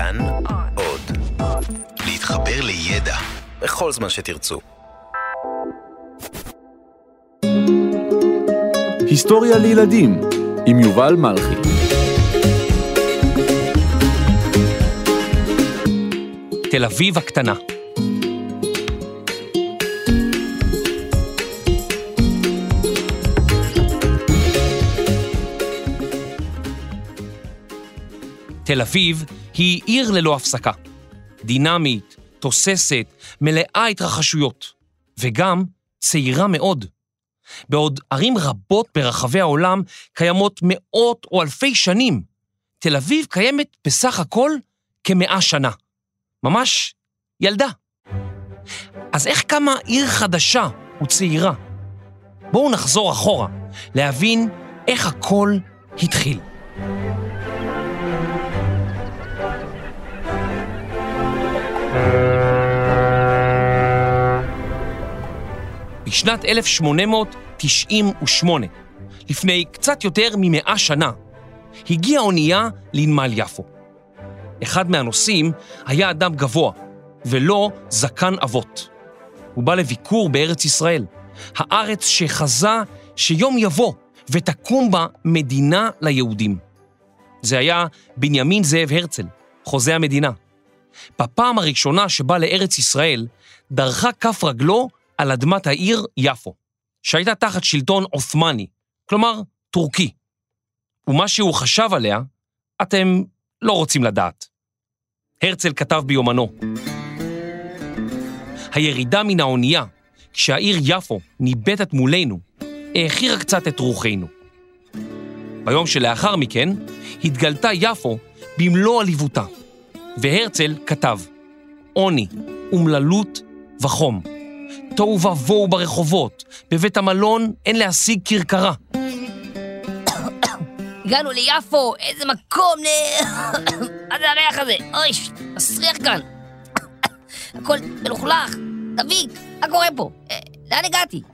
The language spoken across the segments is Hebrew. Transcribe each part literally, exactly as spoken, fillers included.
כאן עוד. להתחבר לידע בכל זמן שתרצו. היסטוריה לילדים עם יובל מלכי. תל אביב הקטנה. תל אביב היא עיר ללא הפסקה. דינמית, תוססת, מלאה התרחשויות, וגם צעירה מאוד. בעוד ערים רבות ברחבי העולם קיימות מאות או אלפי שנים, תל אביב קיימת בסך הכל כמאה שנה. ממש ילדה. אז איך קמה עיר חדשה וצעירה? בואו נחזור אחורה, להבין איך הכל התחיל. בשנת אלף שמונה מאות תשעים ושמונה, לפני קצת יותר ממאה שנה, הגיעה אונייה לנמל יפו. אחד מהנוסעים היה אדם גבוה, ולא זקן אבות. הוא בא לביקור בארץ ישראל, הארץ שחזה שיום יבוא ותקום בה מדינה ליהודים. זה היה בנימין זאב הרצל, חוזה המדינה. בפעם הראשונה שבא לארץ ישראל, דרכה כף רגלו על אדמת העיר יפו, שהייתה תחת שלטון עות'מאני, כלומר טורקי. ומה שהוא חשב עליה, אתם לא רוצים לדעת. הרצל כתב ביומנו, הירידה מן האונייה, כשהעיר יפו ניבטת מולנו, האחירה קצת את רוחנו. ביום שלאחר מכן, התגלתה יפו במלוא עליבותה, והרצל כתב, עוני, אומללות וחום. תוהו ובוהו ברחובות, בבית המלון אין להשיג כרכרה. הגענו ליפו, איזה מקום ל... מה זה הריח הזה? אוי, מסריח כאן. הכל מלוכלך. דביק, מה קורה פה? לאן הגעתי?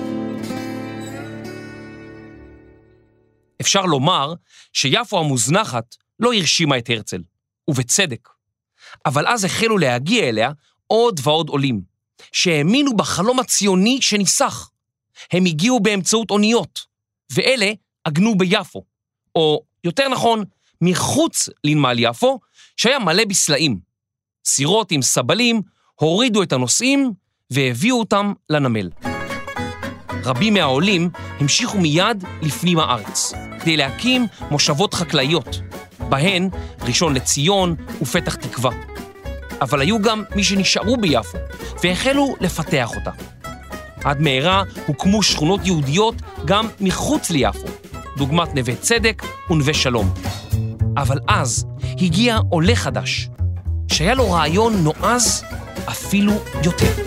אפשר לומר שיפו המוזנחת לא הרשימה את הרצל, ובצדק. אבל אז החלו להגיע אליה עוד ועוד עולים, שהאמינו בחלום הציוני שניסח. הם הגיעו באמצעות אוניות, ואלה עגנו ביפו, או יותר נכון, מחוץ לנמל יפו, שהיה מלא בסלעים. סירות עם סבלים הורידו את הנוסעים והביאו אותם לנמל. רבים מהעולים המשיכו מיד לפנים הארץ, כדי להקים מושבות חקלאיות, בהן ראשון לציון ופתח תקווה. אבל היו גם מי שנשארו ביפו, והחלו לפתח אותה. עד מהרה הוקמו שכונות יהודיות גם מחוץ ליפו, דוגמת נווה צדק ונווה שלום. אבל אז הגיע עולה חדש, שהיה לו רעיון נועז אפילו יותר.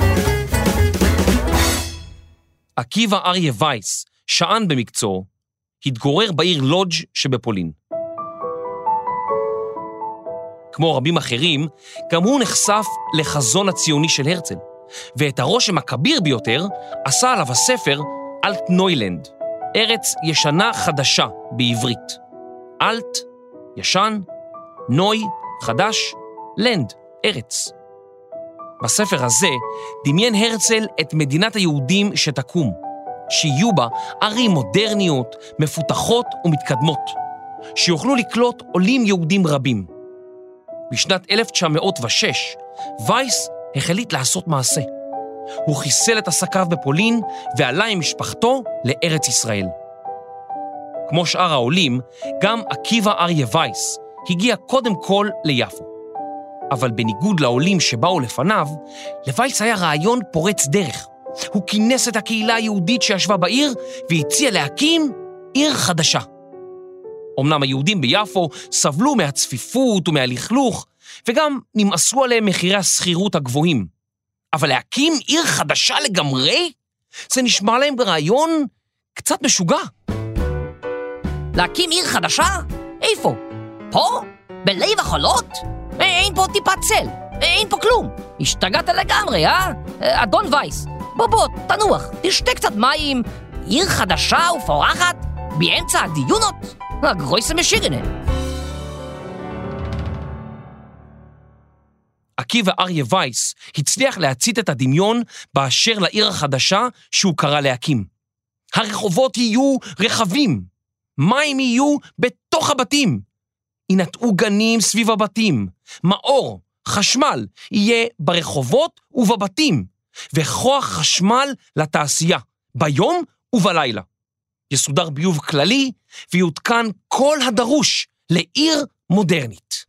עקיבא אריה וייס, שען במקצועו, התגורר בעיר לודג' שבפולין. כמו רבים אחרים, גם הוא נחשף לחזון הציוני של הרצל, ואת הרושם הכביר ביותר עשה עליו הספר אלטנוילנד, ארץ ישנה חדשה בעברית. אלט, ישן, נוי, חדש, לנד, ארץ. בספר הזה דמיין הרצל את מדינת היהודים שתקום, שיהיו בה ערים מודרניות, מפותחות ומתקדמות, שיוכלו לקלוט עולים יהודים רבים. בשנת אלף תשע מאות ושש, וייס החליט לעשות מעשה. הוא חיסל את עסקיו בפולין ועלה עם משפחתו לארץ ישראל. כמו שאר העולים, גם עקיבא אריה וייס הגיע קודם כל ליפו. אבל בניגוד לעולים שבאו לפניו, לווייס היה רעיון פורץ דרך. הוא כינס את הקהילה היהודית שישבה בעיר והציע להקים עיר חדשה. אמנם היהודים ביפו סבלו מהצפיפות ומהלכלוך, וגם נמאסו עליהם מחירי הסחירות הגבוהים. אבל להקים עיר חדשה לגמרי? זה נשמע להם ברעיון קצת משוגע. להקים עיר חדשה? איפה? פה? בלב החולות? אין פה טיפת צל, אין פה כלום. השתגעת לגמרי, אה? אדון וייס, בוא בוא, תנוח, תשתה קצת מים. עיר חדשה ופורחת באמצע הדיונות? גרויסה משיגנה. עקיבא אריה וייס הצליח להצית את הדמיון באשר לעיר החדשה שהוא קרא להקים. הרחובות יהיו רחבים, מים יהיו בתוך הבתים, ינטעו גנים סביב הבתים, מאור, חשמל יהיה ברחובות ובבתים, וכוח חשמל לתעשייה, ביום ובלילה. יסודר ביוב כללי ויותקן כל הדרוש לעיר מודרנית.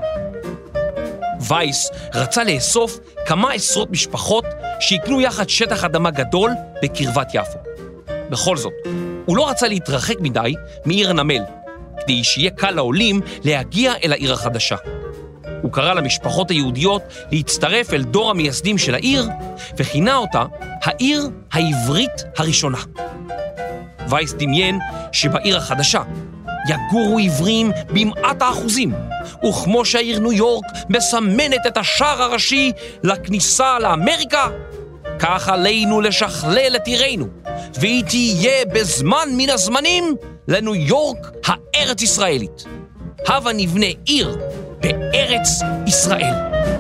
וייס רצה לאסוף כמה עשרות משפחות שיקנו יחד שטח אדמה גדול בקרבת יפו. בכל זאת, הוא לא רצה להתרחק מדי מעיר הנמל, כדי שיהיה קל לעולים להגיע אל העיר החדשה. הוא קרא למשפחות היהודיות להצטרף אל דור המייסדים של העיר, וכינה אותה העיר העברית הראשונה. וייס דמיין שבעיר החדשה יגורו עברים במעט האחוזים, וכמו שהעיר ניו יורק מסמנת את השער הראשי לכניסה לאמריקה, כך עלינו לשכלל את עירנו, והיא תהיה בזמן מן הזמנים לניו יורק הארץ ישראלית. הבה נבנה עיר בארץ ישראל.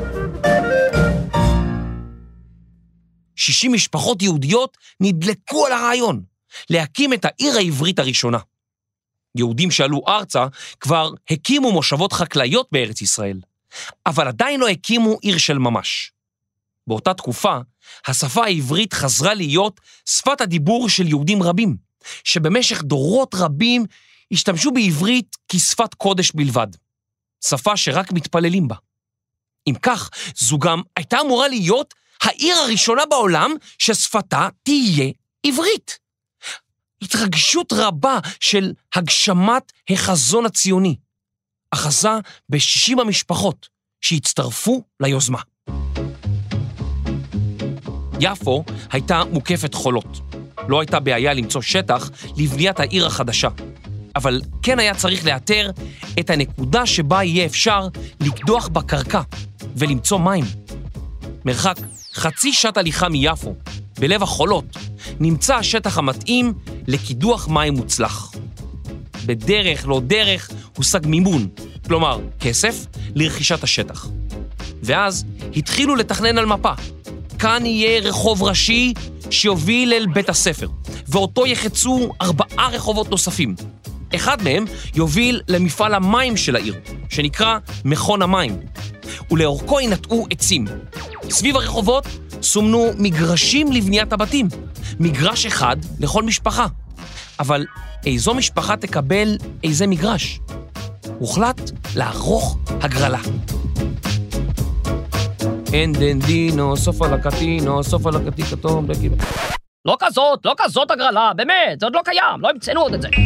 שישים משפחות יהודיות נדלקו על הרעיון להקים את העיר העברית הראשונה. יהודים שעלו ארצה כבר הקימו מושבות חקלאיות בארץ ישראל, אבל עדיין לא הקימו עיר של ממש. באותה תקופה, השפה העברית חזרה להיות שפת הדיבור של יהודים רבים, שבמשך דורות רבים השתמשו בעברית כשפת קודש בלבד, שפה שרק מתפללים בה. אם כך, זו גם הייתה אמורה להיות העיר הראשונה בעולם ששפתה תהיה עברית. התרגשות רבה של הגשמת החזון הציוני, אחזה ב-שישים המשפחות שהצטרפו ליוזמה. יפו הייתה מוקפת חולות. לא הייתה בעיה למצוא שטח לבניית העיר החדשה, אבל כן היה צריך לאתר את הנקודה שבה יהיה אפשר לקדוח בקרקע ולמצוא מים. מרחק חצי שעת הליכה מיפו, בלב החולות, נמצא השטח המתאים לקידוח מים מוצלח. בדרך לא דרך הושג מימון, כלומר כסף, לרכישת השטח. ואז התחילו לתכנן על מפה. כאן יהיה רחוב ראשי שיוביל אל בית הספר, ואותו יחצו ארבעה רחובות נוספים. אחד מהם יוביל למפעל המים של העיר, שנקרא מכון המים, ולאורכו ינטעו עצים. סביב הרחובות סומנו מגרשים לבניית הבתים, מגרש אחד לכל משפחה. אבל איזו משפחה תקבל איזה מגרש? הוחלט לערוך הגרלה. אין דן דינו, סוף על הקטינו, סוף על הקטי כתום, דקים. לא כזאת, לא כזאת הגרלה, באמת, זה עוד לא קיים, לא המצאנו עוד את זה.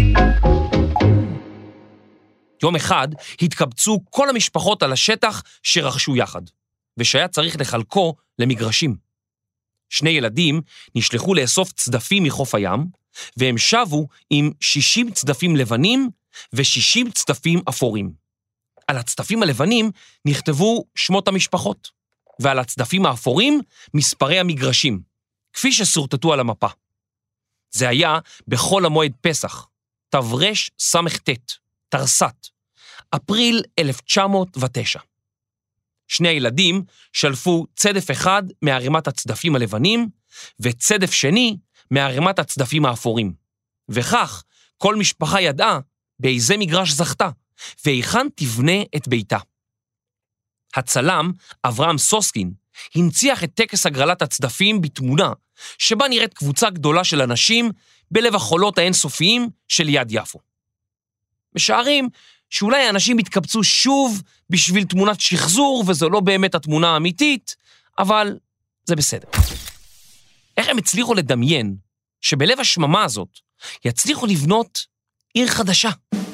יום אחד התקבצו כל המשפחות על השטח שרכשו יחד, ושהיה צריך לחלקו למגרשים. שני ילדים נשלחו לאסוף צדפים מחוף הים, והם שבו עם שישים צדפים לבנים ו-שישים צדפים אפורים. על הצדפים הלבנים נכתבו שמות המשפחות, ועל הצדפים האפורים מספרי המגרשים, כפי שסורטטו על המפה. זה היה בחול המועד פסח, תברש סמכת, תרסת, אפריל אלף תשע מאות ותשע. שני הילדים שלפו צדף אחד מערימת הצדפים הלבנים, וצדף שני מערימת הצדפים האפורים. וכך כל משפחה ידעה באיזה מגרש זכתה, והיכן תבנה את ביתה. הצלם, אברהם סוסקין, הנציח את טקס הגרלת הצדפים בתמונה, שבה נראית קבוצה גדולה של אנשים בלב החולות האינסופיים של יד יפו. משערים שאולי האנשים התקבצו שוב בשביל תמונת שחזור, וזו לא באמת התמונה האמיתית, אבל זה בסדר. איך הם הצליחו לדמיין שבלב השממה הזאת יצליחו לבנות עיר חדשה?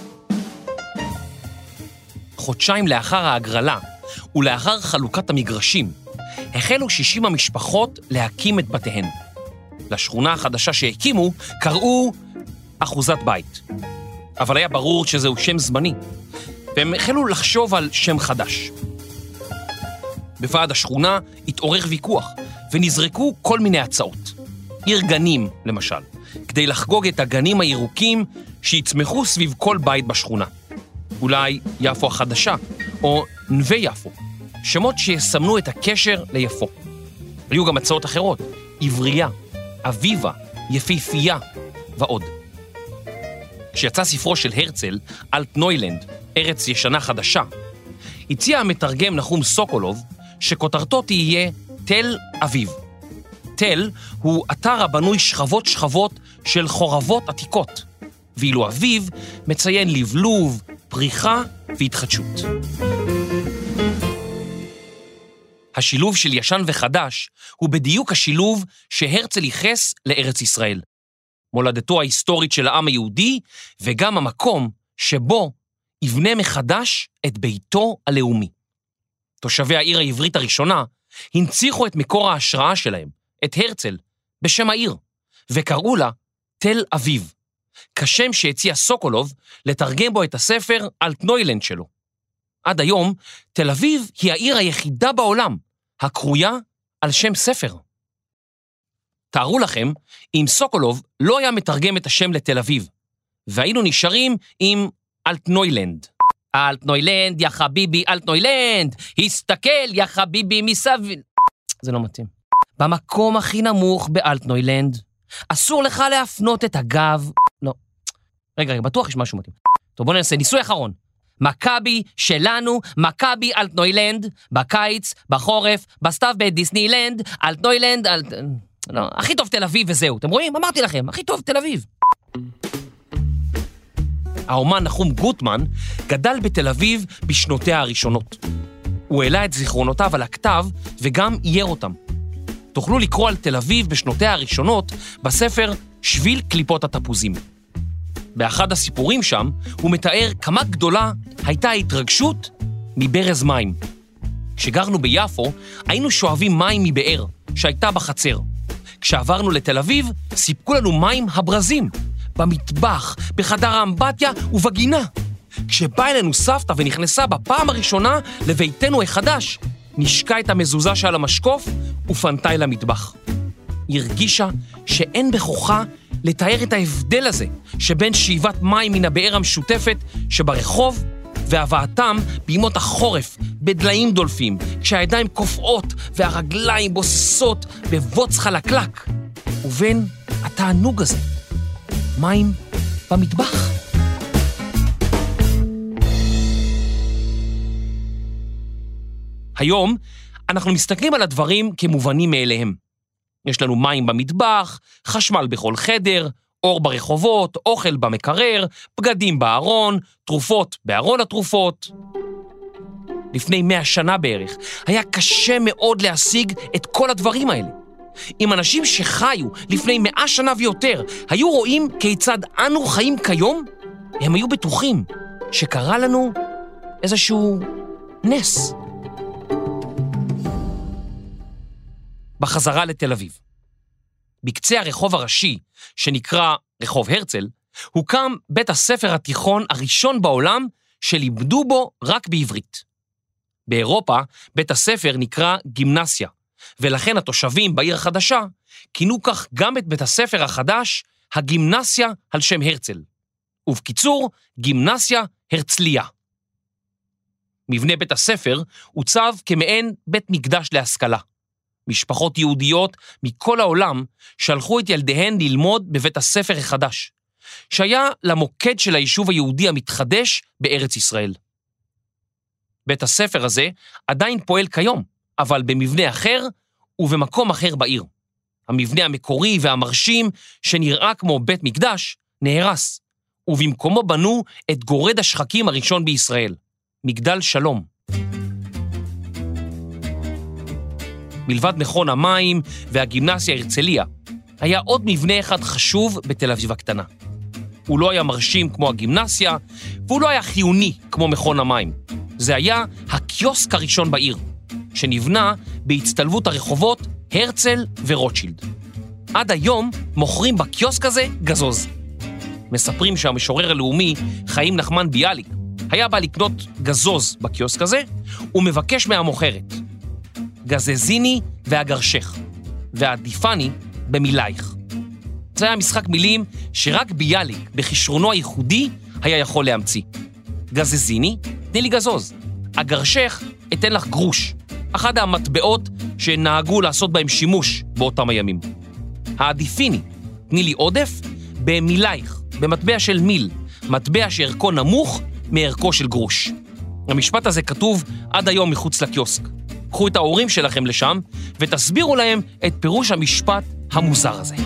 חודשיים לאחר ההגרלה ולאחר חלוקת המגרשים, החלו שישים המשפחות להקים את בתיהן. לשכונה החדשה שהקימו קראו אחוזת בית. אבל היה ברור שזהו שם זמני, והם החלו לחשוב על שם חדש. בוועד השכונה התעורר ויכוח, ונזרקו כל מיני הצעות. עיר גנים, למשל, כדי לחגוג את הגנים הירוקים שיצמחו סביב כל בית בשכונה. אולי יפו החדשה, או נווה יפו, שמות שיסמנו את הקשר ליפו. היו גם הצעות אחרות, עברייה, אביבה, יפיפייה ועוד. כשיצא ספרו של הרצל, אלטנוילנד, ארץ ישנה חדשה, הציע המתרגם נחום סוקולוב שכותרתו תהיה תל אביב. תל הוא אתר הבנוי שכבות שכבות של חורבות עתיקות, ואילו אביב מציין לבלוב, פריחה והתחדשות. השילוב של ישן וחדש הוא בדיוק השילוב שהרצל ייחס לארץ ישראל. מולדתו ההיסטורית של העם היהודי, וגם המקום שבו יבנה מחדש את ביתו הלאומי. תושבי העיר העברית הראשונה הנציחו את מקור ההשראה שלהם, את הרצל, בשם העיר, וקראו לה תל אביב, כשם שהציע סוקולוב לתרגם בו את הספר אלטנוילנד שלו. עד היום, תל אביב היא העיר היחידה בעולם, הקרויה על שם ספר. תארו לכם, אם סוקולוב לא היה מתרגם את השם לתל אביב, והיינו נשארים עם אלטנוילנד. אלטנוילנד, יא חביבי, אלטנוילנד, הסתכל, יא חביבי, מסביב. זה לא מתאים. במקום הכי נמוך באלטנוילנד, אסור לך להפנות את הגב. לא. רגע, רגע, בטוח יש משהו מתאים. טוב, בוא ננסה, ניסוי אחרון. מכבי שלנו, מכבי אלטנוילנד, בקיץ, בחורף, בסתיו בדיסנילנד, אלטנוילנד, אלט... לא, הכי טוב תל אביב וזהו. אתם רואים? אמרתי לכם, הכי טוב תל אביב. האומן נחום גוטמן גדל בתל אביב בשנותיה הראשונות. הוא העלה את זיכרונותיו על הכתב וגם אייר אותם. תוכלו לקרוא על תל אביב בשנותיה הראשונות בספר שביל קליפות התפוזים. באחד הסיפורים שם הוא מתאר כמה גדולה הייתה ההתרגשות מברז מים. כשגרנו ביפו היינו שואבים מים מבאר שהייתה בחצר. כשעברנו לתל אביב סיפקו לנו מים הברזים, במטבח, בחדר האמבטיה ובגינה. כשבא אלינו סבתא ונכנסה בפעם הראשונה לביתנו החדש, נשקה את המזוזה שעל המשקוף ופנתה אל המטבח. היא הרגישה שאין בכוחה לתאר את ההבדל הזה שבין שאיבת מים מן הבאר המשותפת שברחוב והבאתם בימות החורף בדליים דולפים, כשהידיים קופאות והרגליים בוססות בבוץ חלקלק, ובין התענוג הזה, מים במטבח. היום אנחנו מסתכלים על הדברים כמובנים מאליהם. יש לנו מים במטבח, חשמל בכל חדר, אור ברחובות, אוכל במקרר, בגדים בארון, תרופות בארון התרופות. לפני מאה שנה בערך היה קשה מאוד להשיג את כל הדברים האלה. אם אנשים שחיו לפני מאה שנה ויותר היו רואים כיצד אנו חיים כיום, הם היו בטוחים שקרה לנו איזשהו נס. בחזרה לתל אביב. בקצה הרחוב הראשי, שנקרא רחוב הרצל, הוקם בית הספר התיכון הראשון בעולם שלימדו בו רק בעברית. באירופה, בית הספר נקרא גימנסיה, ולכן התושבים בעיר החדשה כינו כך גם את בית הספר החדש, הגימנסיה על שם הרצל. ובקיצור, גימנסיה הרצליה. מבנה בית הספר הוצב כמעין בית מקדש להשכלה. משפחות יהודיות מכל העולם שלחו את ילדיהן ללמוד בבית הספר החדש, שהיה למוקד של היישוב היהודי המתחדש בארץ ישראל. בית הספר הזה עדיין פועל כיום, אבל במבנה אחר ובמקום אחר בעיר. המבנה המקורי והמרשים שנראה כמו בית מקדש נהרס, ובמקומו בנו את גורד השחקים הראשון בישראל, מגדל שלום. מלבד מכון המים והגימנסיה הרצליה, היה עוד מבנה אחד חשוב בתל אביב הקטנה. הוא לא היה מרשים כמו הגימנסיה, והוא לא היה חיוני כמו מכון המים. זה היה הקיוסק הראשון בעיר, שנבנה בהצטלבות הרחובות הרצל ורוטשילד. עד היום מוכרים בקיוסק הזה גזוז. מספרים שהמשורר הלאומי חיים נחמן ביאליק היה בא לקנות גזוז בקיוסק הזה, ומבקש מהמוכרת, גזזיני והגרשך, ועדיפני במילייך. זה היה משחק מילים שרק ביאליק, בכישרונו הייחודי, היה יכול להמציא. גזזיני, תני לי גזוז. הגרשך, אתן לך גרוש, אחד המטבעות שנהגו לעשות בהם שימוש באותם הימים. העדיפיני, תני לי עודף, במילייך, במטבע של מיל, מטבע שערכו נמוך מערכו של גרוש. המשפט הזה כתוב עד היום מחוץ לקיוסק. קחו את ההורים שלכם לשם ותסבירו להם את פירוש המשפט המוזר הזה.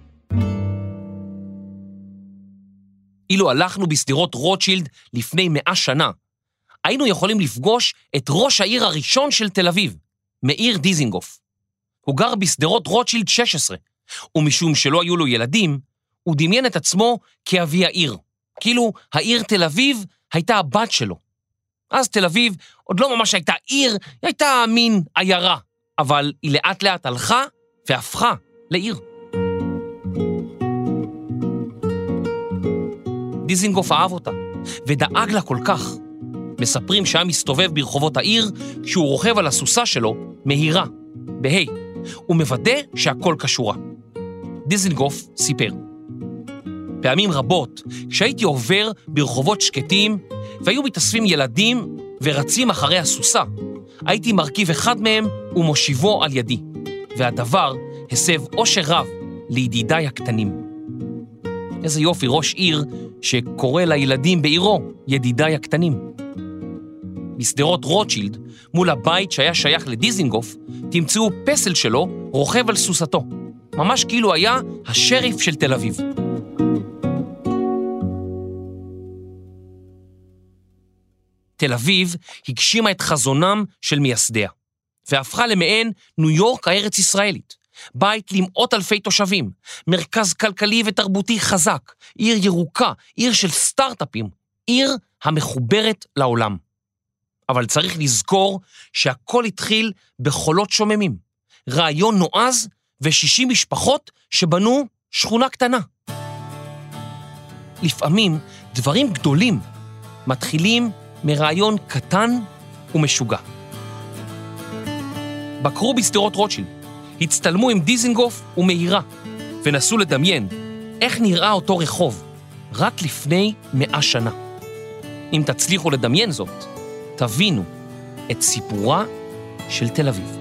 אילו הלכנו בסדירות רוטשילד לפני מאה שנה, היינו יכולים לפגוש את ראש העיר הראשון של תל אביב, מאיר דיזינגוף. הוא גר בסדירות רוטשילד שש עשרה, ומשום שלא היו לו ילדים, הוא דמיין את עצמו כאבי העיר, כאילו העיר תל אביב הייתה הבת שלו. אז תל אביב עוד לא ממש הייתה עיר, היא הייתה מין עיירה, אבל היא לאט לאט הלכה והפכה לעיר. דיזינגוף אהב אותה, ודאג לה כל כך. מספרים שהיה מסתובב ברחובות העיר, כשהוא רוכב על הסוסה שלו, מהירה, בהי, ומוודא שהכל קשורה. דיזינגוף סיפר. פעמים רבות, כשהייתי עובר ברחובות שקטים, והיו מתאספים ילדים ורצים אחרי הסוסה, הייתי מרכיב אחד מהם ומושיבו על ידי, והדבר הסב אושר רב לידידיי הקטנים. איזה יופי ראש עיר שקורא לילדים בעירו ידידיי הקטנים. בסדרות רוטשילד, מול הבית שהיה שייך לדיזינגוף, תמצאו פסל שלו רוכב על סוסתו, ממש כאילו היה השריף של תל אביב. תל אביב הגשימה את חזונם של מייסדיה, והפכה למעין ניו יורק הארץ ישראלית, בית למאות אלפי תושבים, מרכז כלכלי ותרבותי חזק, עיר ירוקה, עיר של סטארט-אפים, עיר המחוברת לעולם. אבל צריך לזכור שהכל התחיל בחולות שוממים, רעיון נועז ושישים משפחות שבנו שכונה קטנה. לפעמים דברים גדולים מתחילים מרעיון קטן ומשוגע. בקרו בסדרות רוטשילד, הצטלמו עם דיזינגוף ומהירה, ונסו לדמיין איך נראה אותו רחוב רק לפני מאה שנה. אם תצליחו לדמיין זאת, תבינו את סיפורה של תל אביב.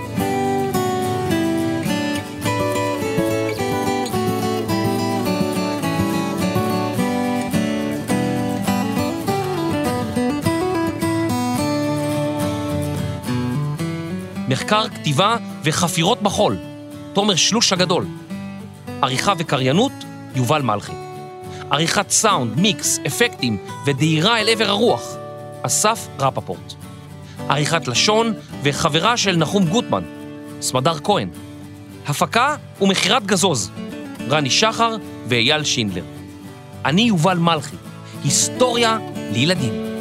מחקר, כתיבה וחפירות בחול, תומר שלוש הגדול. עריכה וקריינות, יובל מלכי. עריכת סאונד, מיקס, אפקטים ודהירה אל עבר הרוח, אסף רפפורט. עריכת לשון וחברה של נחום גוטמן, סמדר כהן. הפקה ומחירת גזוז, רני שחר ואייל שינדלר. אני יובל מלכי, היסטוריה לילדים.